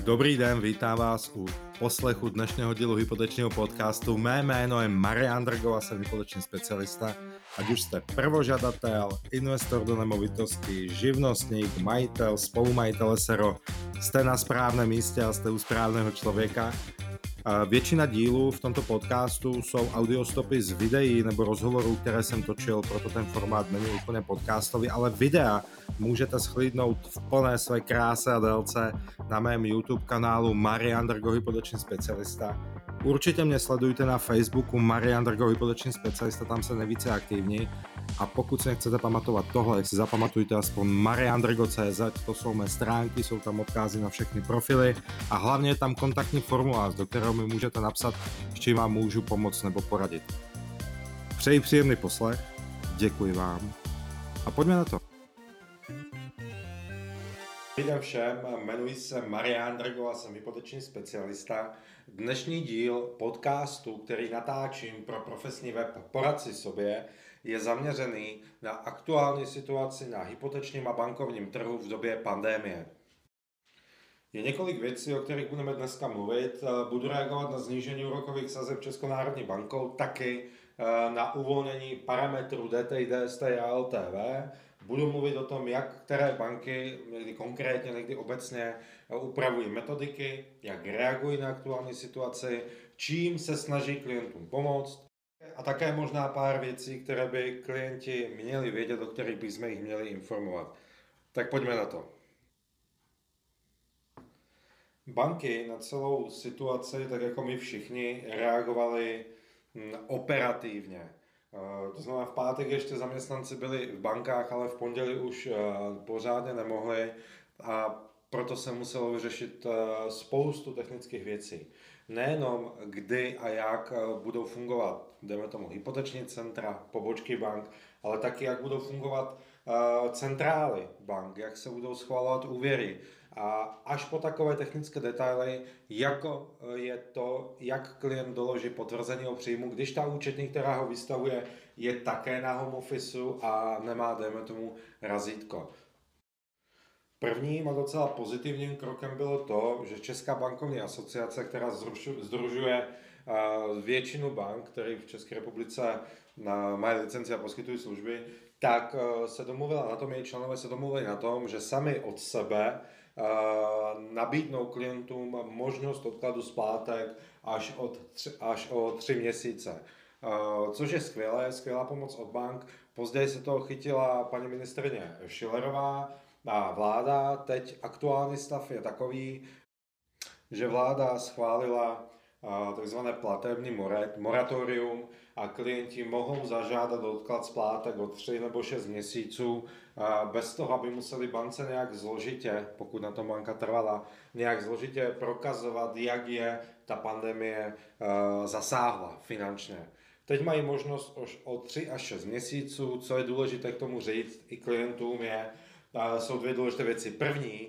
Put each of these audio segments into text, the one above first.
Dobrý den, vítám vás u poslechu dnešného dílu hypotečního podcastu. Mé jméno je Marián Drgov a jsem hypoteční specialista. Ať už jste prvožadatel, investor do nemovitosti, živnostník, majitel, spolumajitel SRO, jste na správném místě a jste u správného člověka. Většina dílů v tomto podcastu jsou audiostopy z videí nebo rozhovorů, které jsem točil, proto ten formát není úplně podcastový, ale videa můžete shlídnout v plné své kráse a délce na mém YouTube kanálu Marián Drgov, hypoteční specialista. Určitě mě sledujte na Facebooku Marián Drgov, hypoteční specialista, tam jsem nejvíce aktivní. A pokud si nechcete pamatovat tohle, si zapamatujte aspoň mariandrgo.cz, to jsou mé stránky, jsou tam odkazy na všechny profily a hlavně je tam kontaktní formulář, do kterého mi můžete napsat, s čím vám můžu pomoct nebo poradit. Přeji příjemný poslech, děkuji vám a pojďme na to. Dobrý všem, jmenuji se Marián Drgov a jsem hypoteční specialista. Dnešní díl podcastu, který natáčím pro profesní web Poradci sobě, je zaměřený na aktuální situaci na hypotečním a bankovním trhu v době pandemie. Je několik věcí, o kterých budeme dneska mluvit. Budu reagovat na snížení úrokových sazeb Českou národní bankou, taky na uvolnění parametrů DTI, DST a LTV. Budu mluvit o tom, jak které banky, někdy konkrétně, někdy obecně, upravují metodiky, jak reagují na aktuální situaci, čím se snaží klientům pomoct a také možná pár věcí, které by klienti měli vědět, o kterých bychom jich měli informovat. Tak pojďme na to. Banky na celou situaci, tak jako my všichni, reagovali operativně. To znamená, v pátek ještě zaměstnanci byli v bankách, ale v pondělí už pořádně nemohli a proto se muselo vyřešit spoustu technických věcí. Nejenom kdy a jak budou fungovat, dejme tomu, hypoteční centra, pobočky bank, ale taky jak budou fungovat centrály bank, jak se budou schvalovat úvěry a až po takové technické detaily, jako je to, jak klient doloží potvrzení o příjmu, když ta účetní, která ho vystavuje, je také na home officeu a nemá, dejme tomu, razítko. Prvním a docela pozitivním krokem bylo to, že Česká bankovní asociace, která sdružuje většinu bank, které v České republice mají licenci a poskytují služby, tak se domluvila na tom, její členové se domluvili na tom, že sami od sebe nabídnou klientům možnost odkladu splátek až o 3 měsíce. Což je skvělá pomoc od bank. Později se toho chytila paní ministryně Schillerová a vláda. Teď aktuální stav je takový, že vláda schválila takzvané platební moratorium a klienti mohou zažádat odklad splátek o 3 nebo 6 měsíců bez toho, aby museli bance nějak zložitě, pokud na tom banka trvala, nějak zložitě prokazovat, jak je ta pandemie zasáhla finančně. Teď mají možnost už o 3 až 6 měsíců, co je důležité k tomu říct i klientům jsou 2 důležité věci. První,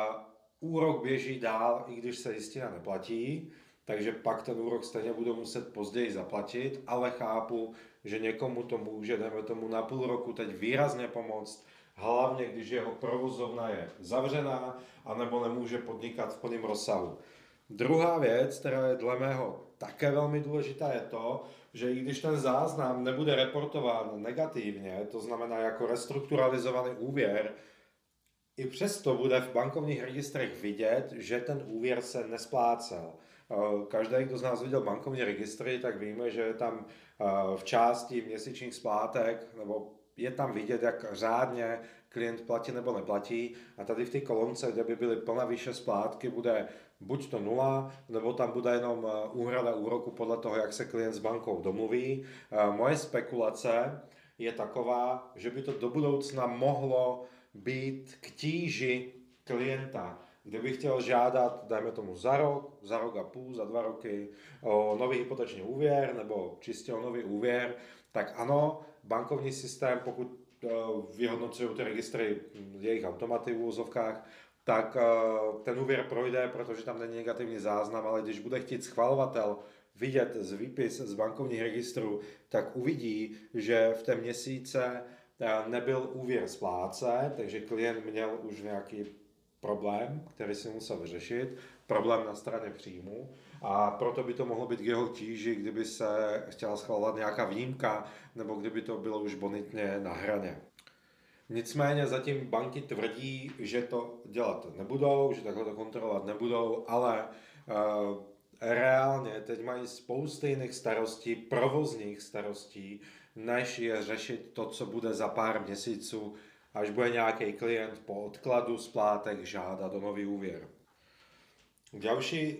úrok běží dál, i když se jistina neplatí, takže pak ten úrok stejně budou muset později zaplatit, ale chápu, že někomu to může, dejme tomu, na půl roku teď výrazně pomoct, hlavně když jeho provozovna je zavřená, anebo nemůže podnikat v plném rozsahu. Druhá věc, která je dle mého také velmi důležitá, je to, že i když ten záznam nebude reportován negativně, to znamená jako restrukturalizovaný úvěr, i přesto bude v bankovních registrech vidět, že ten úvěr se nesplácel. Každý, kdo z nás viděl bankovní registry, tak víme, že je tam v části měsíčních splátek, nebo je tam vidět, jak řádně klient platí nebo neplatí. A tady v té kolonce, kde by byly plné výše splátky, bude buď to 0, nebo tam bude jenom úhrada úroku podle toho, jak se klient s bankou domluví. Moje spekulace je taková, že by to do budoucna mohlo být k tíži klienta, kdyby chtěl žádat, dajme tomu za rok a půl, za 2 roky o nový hypoteční úvěr nebo čistě o nový úvěr, tak ano, bankovní systém, pokud vyhodnocují ty registry jejich automaty v úvozovkách, tak ten úvěr projde, protože tam není negativní záznam, ale když bude chtít schvalovatel vidět výpis z bankovních registrů, tak uvidí, že v té měsíce nebyl úvěr splácet, takže klient měl už nějaký problém, který si musel vyřešit. problém na straně příjmu a proto by to mohlo být k jeho tíži, kdyby se chtěla schvalovat nějaká výjimka nebo kdyby to bylo už bonitně na hraně. Nicméně zatím banky tvrdí, že to dělat nebudou, že takhle to kontrolovat nebudou, ale reálně teď mají spousty jiných starostí, provozních starostí, než je řešit to, co bude za pár měsíců, až bude nějaký klient po odkladu splátek žádat o nový úvěr. Další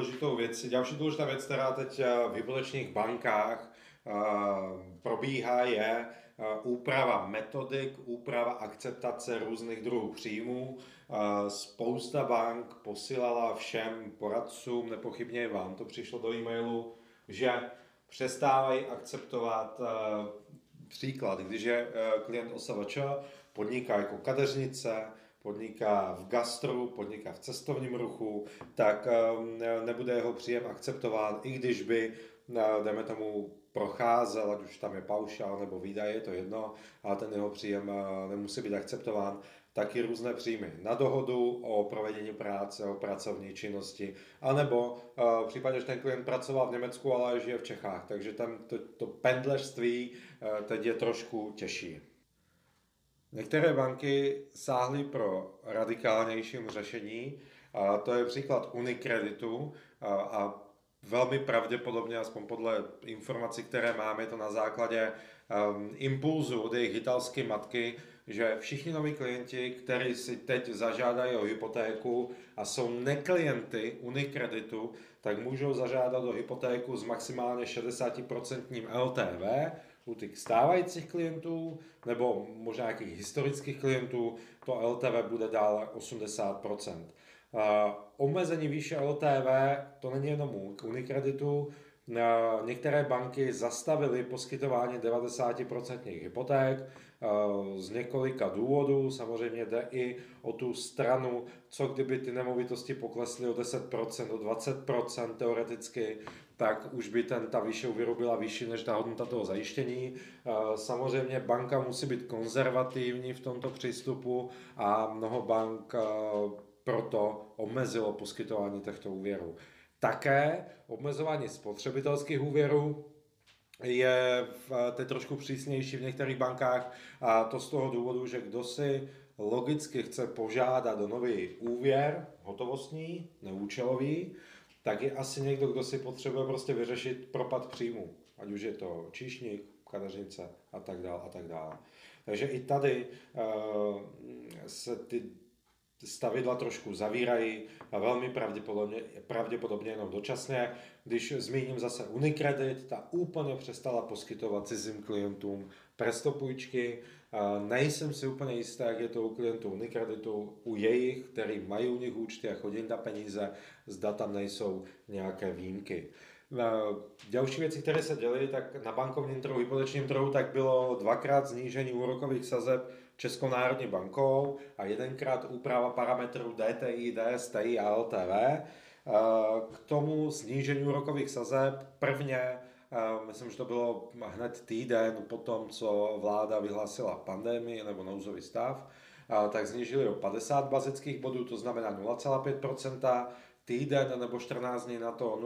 důležitá věc, která teď v hypotečních bankách probíhá, je úprava metodik, úprava akceptace různých druhů příjmů. Spousta bank posílala všem poradcům, nepochybně vám to přišlo do e-mailu, že přestávají akceptovat příklad, když je klient OSVČ, podniká jako kadeřnice, podniká v gastru, podniká v cestovním ruchu, tak nebude jeho příjem akceptován, i když by, dejme tomu, procházel, ať už tam je paušál nebo výdaje, je to jedno, ale ten jeho příjem nemusí být akceptován. Taky různé příjmy na dohodu o provedení práce, o pracovní činnosti, anebo v případě, že ten klient pracoval v Německu, ale žije v Čechách, takže tam to pendlerství teď je trošku těžší. Některé banky sáhly pro radikálnějším řešení, a to je příklad Unikreditu a velmi pravděpodobně, aspoň podle informací, které máme, je to na základě impulzu od jejich italské matky, že všichni noví klienti, kteří si teď zažádají o hypotéku a jsou neklienty Unikreditu, tak můžou zažádat o hypotéku s maximálně 60% LTV u těch stávajících klientů, nebo možná nějakých historických klientů, to LTV bude dále 80%. Omezení výše LTV, to není jenom u Unikreditu, některé banky zastavily poskytování 90% hypoték z několika důvodů. Samozřejmě jde i o tu stranu, co kdyby ty nemovitosti poklesly o 10%, o 20% teoreticky, tak už by ta výše úvěru byla vyšší než ta hodnota toho zajištění. Samozřejmě banka musí být konzervativní v tomto přístupu a mnoho bank proto omezilo poskytování těchto úvěrů. Také omezování spotřebitelských úvěrů je teď trošku přísnější v některých bankách a to z toho důvodu, že kdo si logicky chce požádat o nový úvěr, hotovostní, neúčelový, tak je asi někdo, kdo si potřebuje prostě vyřešit propad příjmu. Ať už je to číšník, kadeřnice a tak dále a tak dále. Takže i tady se ty stavidla trošku zavírají a velmi pravděpodobně jenom dočasně. Když zmíním zase Unicredit, ta úplně přestala poskytovat cizím klientům prestopůjčky. Nejsem si úplně jistý, jak je to u klientů Unicreditu, u jejich, který mají u nich účty a chodí na peníze, zda tam nejsou nějaké výjimky. Další věci, které se děly, tak na bankovním trhu, hypotečním trhu, tak bylo dvakrát snížení úrokových sazeb Českou národní bankou a jedenkrát úprava parametrů DTI, DSTI a LTV. K tomu snížení úrokových sazeb prvně, myslím, že to bylo hned týden po tom, co vláda vyhlásila pandemii nebo nouzový stav, tak snížili o 50 bazických bodů, to znamená 0,5%, týden nebo 14 dní na to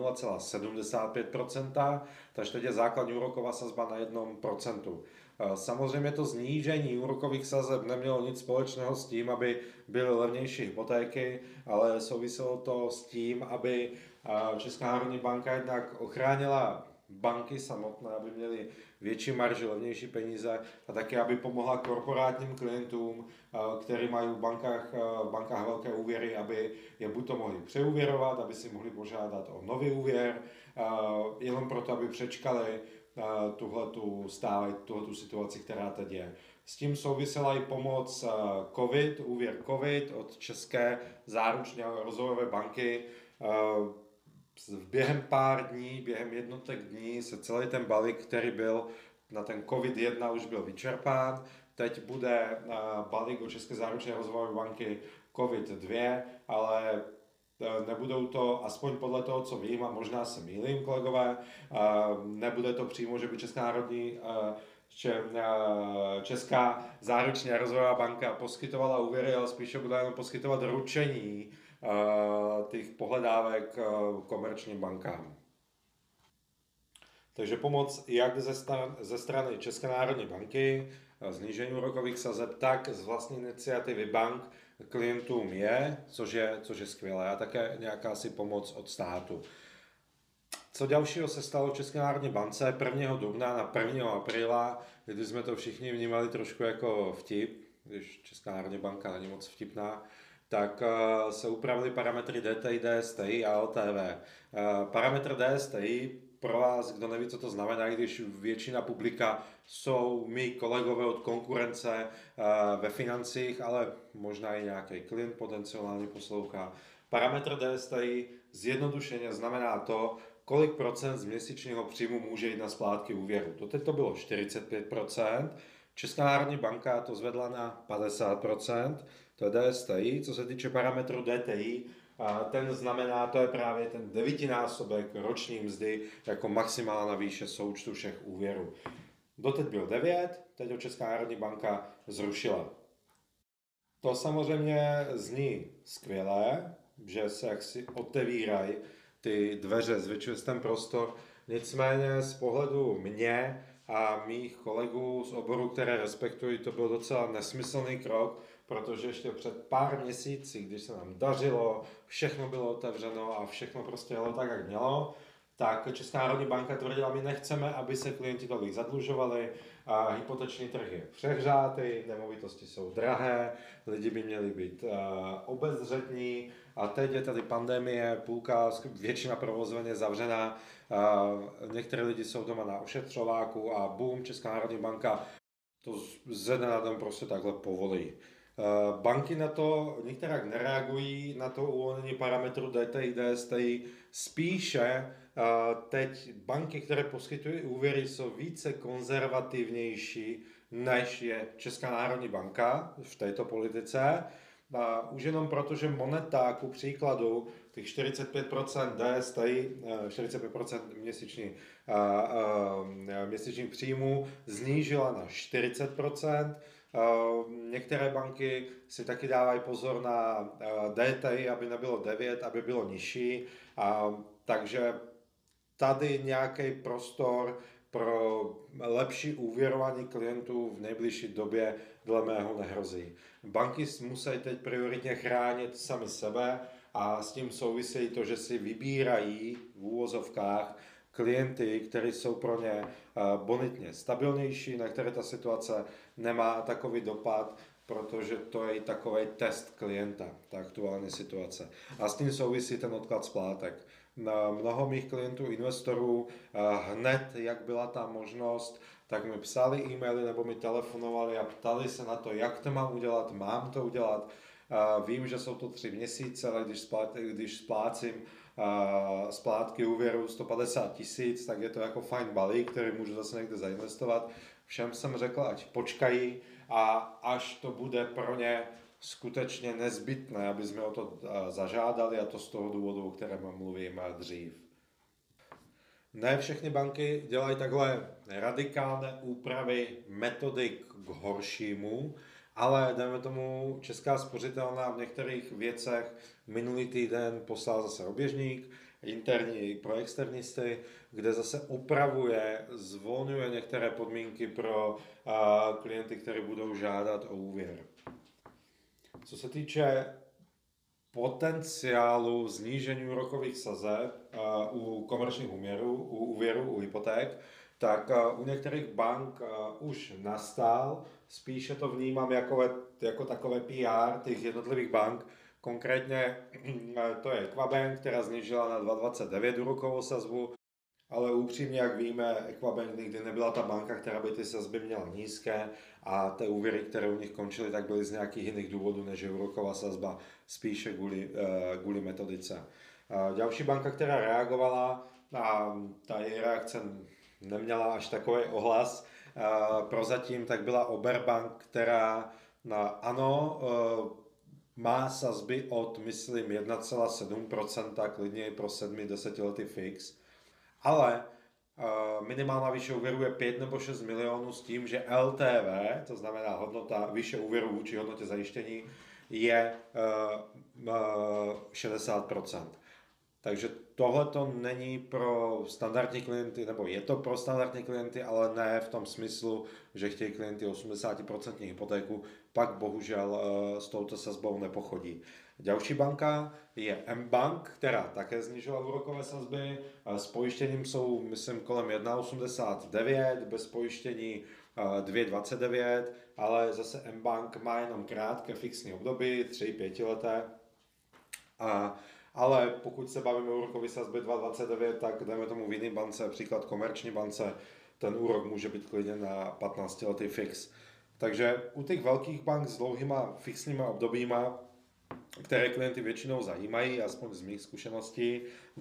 0,75%, takže teď je základní úroková sazba na 1%. Samozřejmě to snížení úrokových sazeb nemělo nic společného s tím, aby byly levnější hypotéky, ale souviselo to s tím, aby Česká národní banka jednak ochránila banky samotné, aby měly větší marži, levnější peníze a také, aby pomohla korporátním klientům, kteří mají v bankách velké úvěry, aby je buď to mohli přeúvěrovat, aby si mohli požádat o nový úvěr, jenom proto, aby přečkali tuhletu situaci, která teď je. S tím souvisela i pomoc COVID, úvěr COVID od České záruční a rozvojové banky. Během pár dní, během jednotek dní se celý ten balík, který byl na ten COVID-1, už byl vyčerpán. Teď bude balík od České záruční a rozvojové banky COVID-2, ale nebudou to, aspoň podle toho, co vím, a možná se mýlím, kolegové, nebude to přímo, že by Česká záruční a rozvojová banka poskytovala úvěry, ale spíše bude jenom poskytovat ručení těch pohledávek komerčním bankám. Takže pomoc jak ze strany České národní banky, snížení úrokových sazeb, tak z vlastní iniciativy bank klientům je, což je skvělé, a také nějaká si pomoc od státu. Co dalšího se stalo v České národní bance 1. dubna na 1. apríla, kdy jsme to všichni vnímali trošku jako vtip, když Česká národní banka není moc vtipná, tak se upravily parametry DTI, DSTI a LTV. Parametr DSTI, pro vás, kdo neví, co to znamená, když většina publika jsou my kolegové od konkurence ve financích, ale možná i nějaký klient potenciálně poslouchá. Parametr DSTI zjednodušeně znamená to, kolik procent z měsíčního příjmu může jít na splátky úvěru. Doteď to bylo 45%, Česká národní banka to zvedla na 50%, to je DSTI. Co se týče parametru DTI, ten znamená, to je právě ten 9násobek roční mzdy jako maximální výše součtu všech úvěrů. Doteď byl 9, teď ho Česká národní banka zrušila. To samozřejmě zní skvěle, že se jaksi otevírají ty dveře, zvětšuje se ten prostor. Nicméně z pohledu mě a mých kolegů z oboru, které respektují, to byl docela nesmyslný krok, protože ještě před pár měsíci, když se nám dařilo, všechno bylo otevřeno a všechno prostě jelo tak, jak mělo, tak Česká národní banka tvrdila, my nechceme, aby se klienti tolik zadlužovali, a hypoteční trh je přehřátý, nemovitosti jsou drahé, lidi by měli být obezřetní a teď je tady pandemie, většina provozoven je zavřená, některé lidi jsou doma na ošetřováku a boom, Česká národní banka to ze dne na den prostě takhle povolí. Banky na to některak nereagují, na to uvolnění parametru DTI, DSTI, spíše teď banky, které poskytují úvěry, jsou více konzervativnější, než je Česká národní banka v této politice. Už jenom proto, že Moneta, ku příkladu, těch 45% DSTI, 45% měsíčních příjmů znížila na 40%. Některé banky si taky dávají pozor na DTI, aby nebylo 9, aby bylo nižší. Takže tady nějaký prostor pro lepší úvěrování klientů v nejbližší době dle mého nehrozí. Banky musí teď prioritně chránit sami sebe a s tím souvisí to, že si vybírají v úvozovkách klienty, kteří jsou pro ně bonitně stabilnější, na které ta situace nemá takový dopad, protože to je i takový test klienta, ta aktuální situace. A s tím souvisí ten odklad splátek. Mnoho mých klientů, investorů, hned, jak byla ta možnost, tak mi psali e-maily nebo mi telefonovali a ptali se na to, jak to mám to udělat. Vím, že jsou to 3 měsíce, ale když splácím splátky úvěru 150 000, tak je to jako fajn balík, který můžu zase někde zainvestovat. Všem jsem řekl, ať počkají a až to bude pro ně skutečně nezbytné, aby jsme o to zažádali, a to z toho důvodu, o kterém mluvím dřív. Ne všechny banky dělají takhle radikálné úpravy metodik k horšímu, ale dejme tomu Česká spořitelna v některých věcech minulý týden poslal zase oběžník, interní i pro externisty, kde zase zvolňuje některé podmínky pro klienty, kteří budou žádat o úvěr. Co se týče potenciálu znížení úrokových sazeb u komerčních úvěrů, u hypoték, tak u některých bank už nastal, spíše to vnímám jako takové PR těch jednotlivých bank. Konkrétně to je Equabank, která snížila na 2,29 úrokovou sazbu, ale upřímně, jak víme, Equabank nikdy nebyla ta banka, která by ty sazby měla nízké a ty úvěry, které u nich končily, tak byly z nějakých jiných důvodů, než je úroková sazba, spíše kvůli metodice. Další banka, která reagovala, a ta její reakce neměla až takový ohlas prozatím, tak byla Oberbank, která má sazby od, myslím, 1,7%, klidně i pro 7-10 letý fix, ale minimální výše úvěru je 5 nebo 6 milionů s tím, že LTV, to znamená výše úvěru vůči hodnotě zajištění, je 60%. Takže tohle to není pro standardní klienty, nebo je to pro standardní klienty, ale ne v tom smyslu, že chtějí klienty 80% hypotéku, pak bohužel s touto sazbou nepochodí. Další banka je mBank, která také znižila úrokové sazby. S pojištěním jsou, myslím, kolem 1,89, bez pojištění 2,29, ale zase mBank má jenom krátké fixní období, 3-5 leté. Ale pokud se bavíme o úrokové sazbě 2,29, tak dejme tomu v jiné bance, příklad Komerční bance, ten úrok může být klidně na 15-letý fix. Takže u těch velkých bank s dlouhýma fixníma obdobíma, které klienty většinou zajímají, aspoň z mých zkušeností,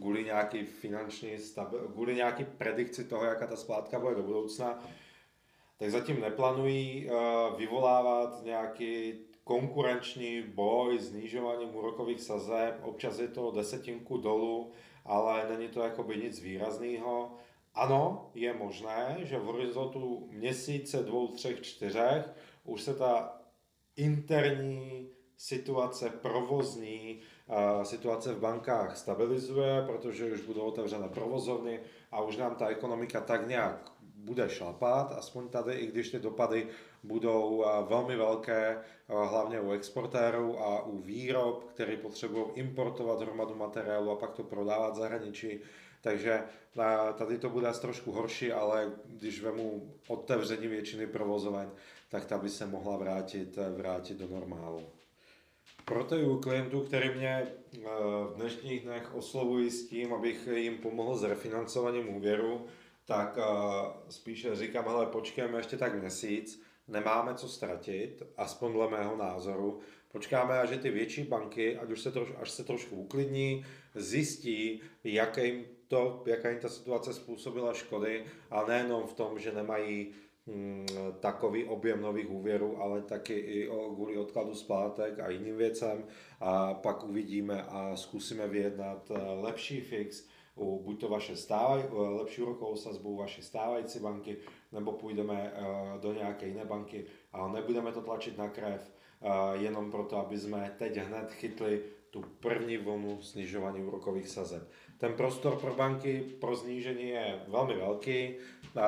kvůli nějaký predikci toho, jaká ta splátka bude do budoucna, tak zatím neplánují vyvolávat nějaký konkurenční boj snižováním úrokových sazeb. Občas je to desetinku dolů, ale není to jakoby nic výrazného. Ano, je možné, že v horizontu měsíce, 2, 3, 4 už se ta interní situace, provozní situace v bankách stabilizuje, protože už budou otevřené provozovny a už nám ta ekonomika tak nějak bude šlapat, aspoň tady, i když ty dopady budou velmi velké, hlavně u exportérů a u výrob, který potřebují importovat hromadu materiálu a pak to prodávat v zahraničí. Takže tady to bude trošku horší, ale když vemu otevření většiny provozoven, tak ta by se mohla vrátit do normálu. Proto i u klientů, který mě v dnešních dnech oslovují s tím, abych jim pomohl s refinancováním úvěru, tak spíše říkám, hele, počkejme ještě tak měsíc, nemáme co ztratit, aspoň dle mého názoru. Počkáme, až ty větší banky, až se trošku uklidní, zjistí, jaká jim ta situace způsobila škody, a nejenom v tom, že nemají takový objem nových úvěrů, ale taky i kvůli odkladu splátek a jiným věcem. A pak uvidíme a zkusíme vyjednat lepší fix, buď to lepší úrokovou sazbu vaší stávající banky, nebo půjdeme do nějaké jiné banky, ale nebudeme to tlačit na krev, jenom proto, aby jsme teď hned chytli tu první vlnu snižování úrokových sazeb. Ten prostor pro banky pro snížení je velmi velký.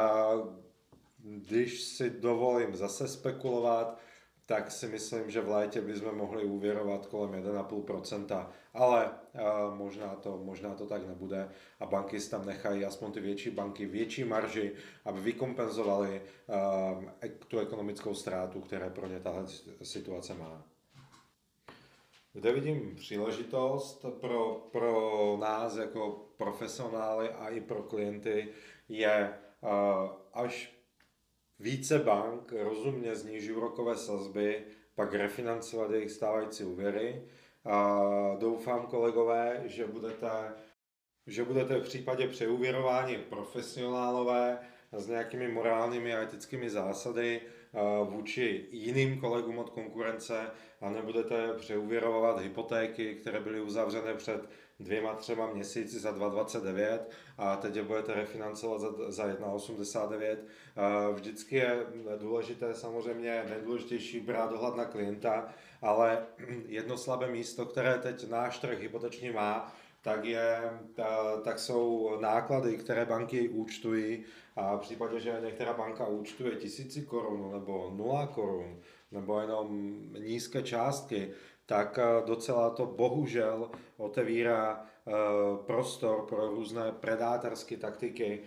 Když si dovolím zase spekulovat, tak si myslím, že v létě bychom mohli úvěrovat kolem 1,5%, ale možná to tak nebude a banky si tam nechají, aspoň ty větší banky, větší marži, aby vykompenzovali tu ekonomickou ztrátu, které pro ně tahle situace má. Kde vidím příležitost pro nás jako profesionály a i pro klienty je, až více bank rozumně sníží úrokové sazby, pak refinancovat jejich stávající úvěry. Doufám, kolegové, že budete v případě přeúvěrování profesionálové s nějakými morálními a etickými zásady vůči jiným kolegům od konkurence a nebudete přeúvěrovat hypotéky, které byly uzavřené před 2-3 měsíci za 2,29 a teď je budete refinancovat za 1,89. Vždycky je důležité, samozřejmě nejdůležitější, brát dohled na klienta, ale jedno slabé místo, které teď náš trh hypoteční má, tak jsou náklady, které banky účtují, a v případě, že některá banka účtuje 1000 korun nebo 0 korun nebo jenom nízké částky, tak docela to bohužel otevírá prostor pro různé predátorské taktiky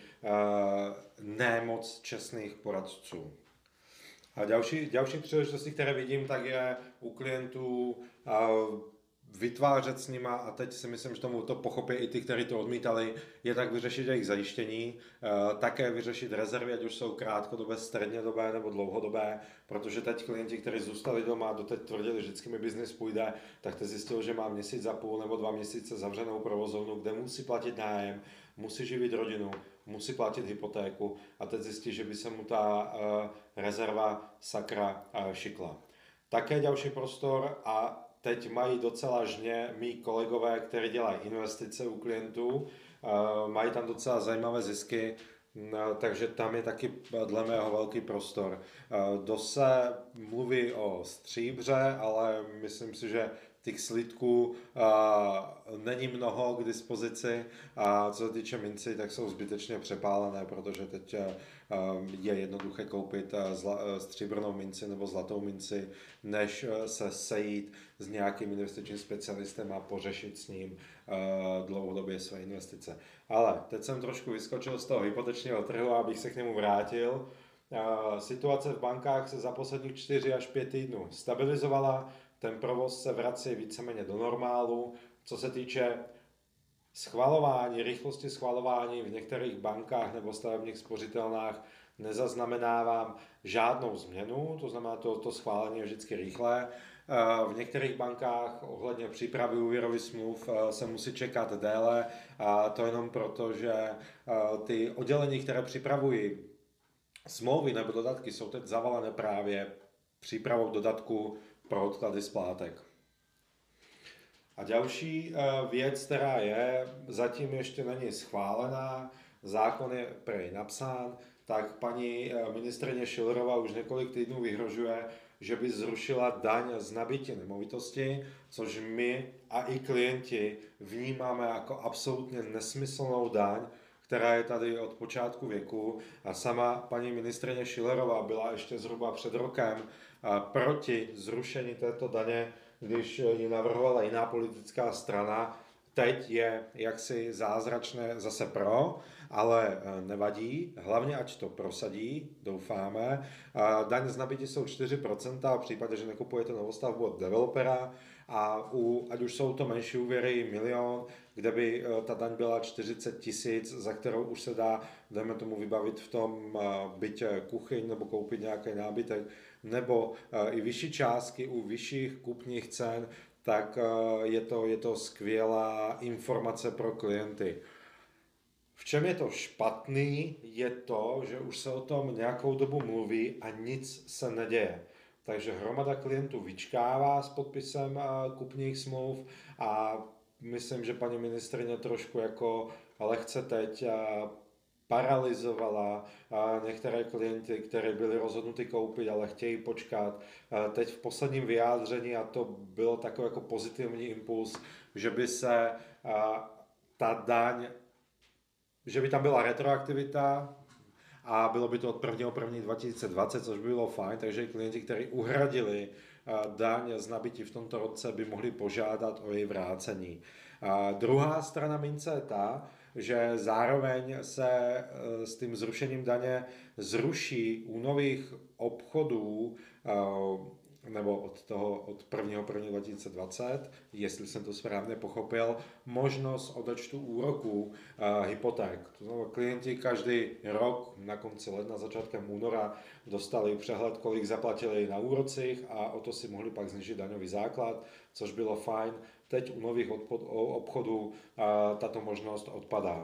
nemoc čestných poradců. A další příležitosti, které vidím, tak je u klientů vytvářet s nima, a teď si myslím, že tomu to pochopí i ty, kteří to odmítali, je tak vyřešit jejich zajištění, také vyřešit rezervy, ať už jsou krátkodobé, střednědobé nebo dlouhodobé, protože teď klienti, kteří zůstali doma, doteď tvrdili, že vždycky mi biznis půjde, tak teď zjistil, že má měsíc a půl nebo 2 měsíce zavřenou provozovnu, kde musí platit nájem, musí živit rodinu, musí platit hypotéku a teď zjistí, že by se mu ta rezerva sakra šikla. Také další prostor, a teď mají docela žně mý kolegové, kteří dělají investice u klientů, mají tam docela zajímavé zisky, No, takže tam je taky dle mého velký prostor. Dost se mluví o stříbře, ale myslím si, že těch slitků není mnoho k dispozici a co se týče minci, tak jsou zbytečně přepálené, protože teď je jednoduché koupit stříbrnou minci nebo zlatou minci, než se sejít s nějakým investičním specialistem a pořešit s ním dlouhodobě své investice. Ale teď jsem trošku vyskočil z toho hypotečního trhu, abych se k němu vrátil. Situace v bankách se za posledních 4 až 5 týdnů stabilizovala, ten provoz se vrací víceméně do normálu. Co se týče schvalování, rychlosti schvalování v některých bankách nebo stavebních spořitelnách nezaznamenávám žádnou změnu, to znamená, to schválení je vždycky rychlé. V některých bankách ohledně přípravy úvěrových smluv se musí čekat déle, a to jenom proto, že ty oddělení, které připravují smlouvy nebo dodatky, jsou teď zavalené právě přípravou dodatku pro odklady splátek. A další věc, která je, zatím ještě není schválená, zákon je prej napsán, tak paní ministryně Schillerová už několik týdnů vyhrožuje, že by zrušila daň z nabytí nemovitosti, což my a i klienti vnímáme jako absolutně nesmyslnou daň, která je tady od počátku věku. A sama paní ministryně Schillerová byla ještě zhruba před rokem proti zrušení této daně, když ji navrhovala jiná politická strana. Teď je jaksi zázračné zase pro, ale nevadí, hlavně ať to prosadí, doufáme. Daň z nabytí jsou 4% v případě, že nekupujete novostavbu od developera a ať už jsou to menší úvěry, milion, kde by ta daň byla 40 000, za kterou už se dá, dejme tomu, vybavit v tom bytě kuchyň nebo koupit nějaký nábytek, nebo i vyšší částky u vyšších kupních cen, tak je to skvělá informace pro klienty. V čem je to špatný, je to, že už se o tom nějakou dobu mluví a nic se neděje. Takže hromada klientů vyčkává s podpisem kupních smluv a myslím, že paní ministryně trošku jako lehce teď paralyzovala některé klienty, kteří byli rozhodnuti koupit, ale chtějí počkat. Teď v posledním vyjádření, a to bylo takový jako pozitivní impuls, že by se ta daň, že by tam byla retroaktivita a bylo by to od 1.1.2020, což by bylo fajn, takže klienti, kteří uhradili daň z nabytí v tomto roce, by mohli požádat o její vrácení. Druhá strana mince je ta, že zároveň se s tím zrušením daně zruší u nových obchodů nebo od 1.1.2020, jestli jsem to správně pochopil, možnost odečtu úroků hypoték. To znamená, klienti každý rok na konci ledna, začátkem února dostali přehled, kolik zaplatili na úrocích a o to si mohli pak znižit daňový základ, což bylo fajn. Teď u nových obchodů tato možnost odpadá.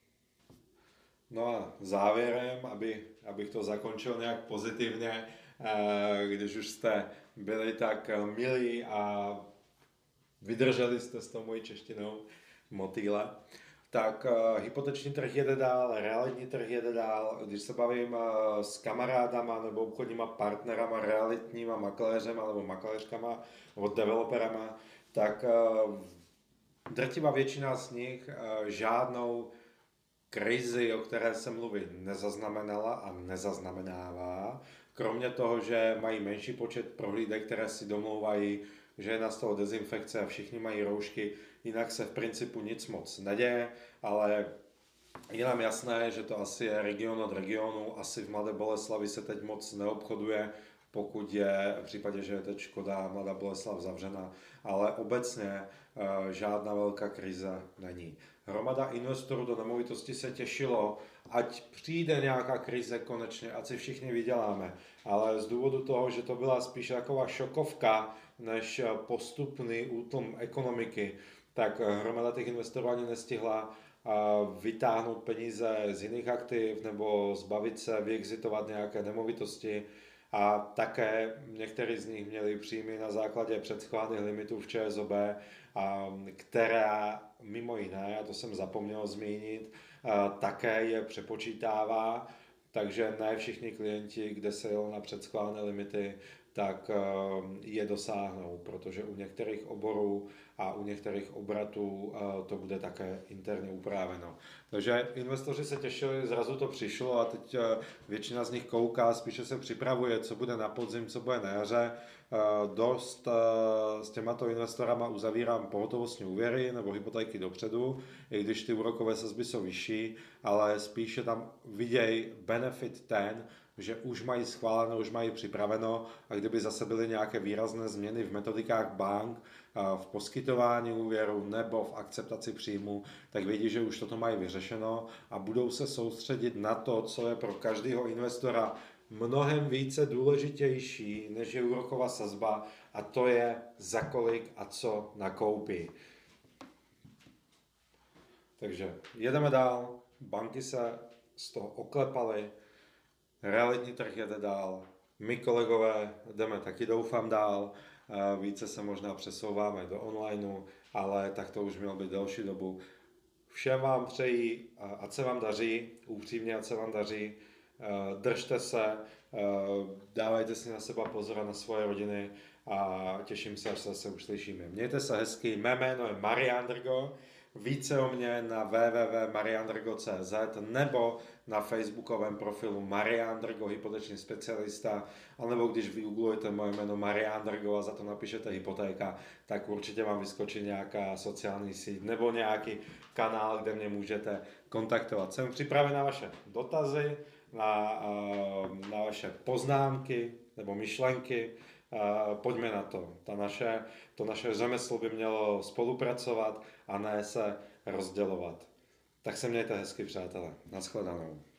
No a závěrem, abych to zakončil nějak pozitivně, když už jste byli tak milí a vydrželi jste s tou mojí češtinou motýle, tak hypoteční trh jede dál, realitní trh jede dál. Když se bavím s kamarádama nebo obchodníma partnerama, realitníma makléřema nebo makléřkama nebo developerama, tak drtivá většina z nich žádnou krizi, o které se mluví, nezaznamenala a nezaznamenává. Kromě toho, že mají menší počet prohlídek, které si domlouvají, že je nastala dezinfekce a všichni mají roušky, jinak se v principu nic moc neděje, ale je nám jasné, že to asi je region od regionu, asi v Mladé Boleslavi se teď moc neobchoduje, pokud je v případě, že je teď Škoda Mladá Boleslav zavřena, ale obecně žádná velká krize není. Hromada investorů do nemovitosti se těšilo, ať přijde nějaká krize konečně, ať si všichni vyděláme, ale z důvodu toho, že to byla spíš taková šokovka než postupný útlum ekonomiky, tak hromada těch investorů ani nestihla vytáhnout peníze z jiných aktiv nebo zbavit se, vyexitovat nějaké nemovitosti. A také někteří z nich měli příjmy na základě předschválených limitů v ČSOB, která mimo jiné, a to jsem zapomněl zmínit, také je přepočítává, takže ne všichni klienti, kde se jelo na předschválené limity, tak je dosáhnou, protože u některých oborů a u některých obratů to bude také interně upraveno. Takže investoři se těšili, zrazu to přišlo a teď většina z nich kouká, spíše se připravuje, co bude na podzim, co bude na jaře. Dost s těmato investorama uzavírám pohotovostní úvěry nebo hypotéky dopředu, i když ty úrokové sazby jsou vyšší, ale spíše tam vidějí benefit ten, že už mají schváleno, už mají připraveno a kdyby zase byly nějaké výrazné změny v metodikách bank, v poskytování úvěru nebo v akceptaci příjmu, tak vědí, že už toto mají vyřešeno a budou se soustředit na to, co je pro každého investora mnohem více důležitější, než je úroková sazba, a to je za kolik a co nakoupí. Takže jedeme dál, banky se z toho oklepaly, realitní trh jede dál, my kolegové jdeme taky doufám dál, více se možná přesouváme do onlineu, ale tak to už mělo být delší dobu. Všem vám přeji, ať se vám daří, upřímně ať se vám daří, držte se, dávajte si na sebe pozor, na svoje rodiny a těším se, až se zase uslyšíme. Mějte se hezky, mé jméno je Marián Drgo, více o mě na www.mariandrgo.cz nebo na facebookovém profilu Marián Drgo, hypoteční specialista, anebo když vygooglujete moje jméno Marián Drgo a za to napíšete hypotéka, tak určitě vám vyskočí nějaká sociální síť nebo nějaký kanál, kde mě můžete kontaktovat. Jsem připraven na vaše dotazy, na vaše poznámky nebo myšlenky. Pojďme na to. To naše řemeslo by mělo spolupracovat a ne se rozdělovat. Tak se mějte hezky, přátelé. Naschledanou.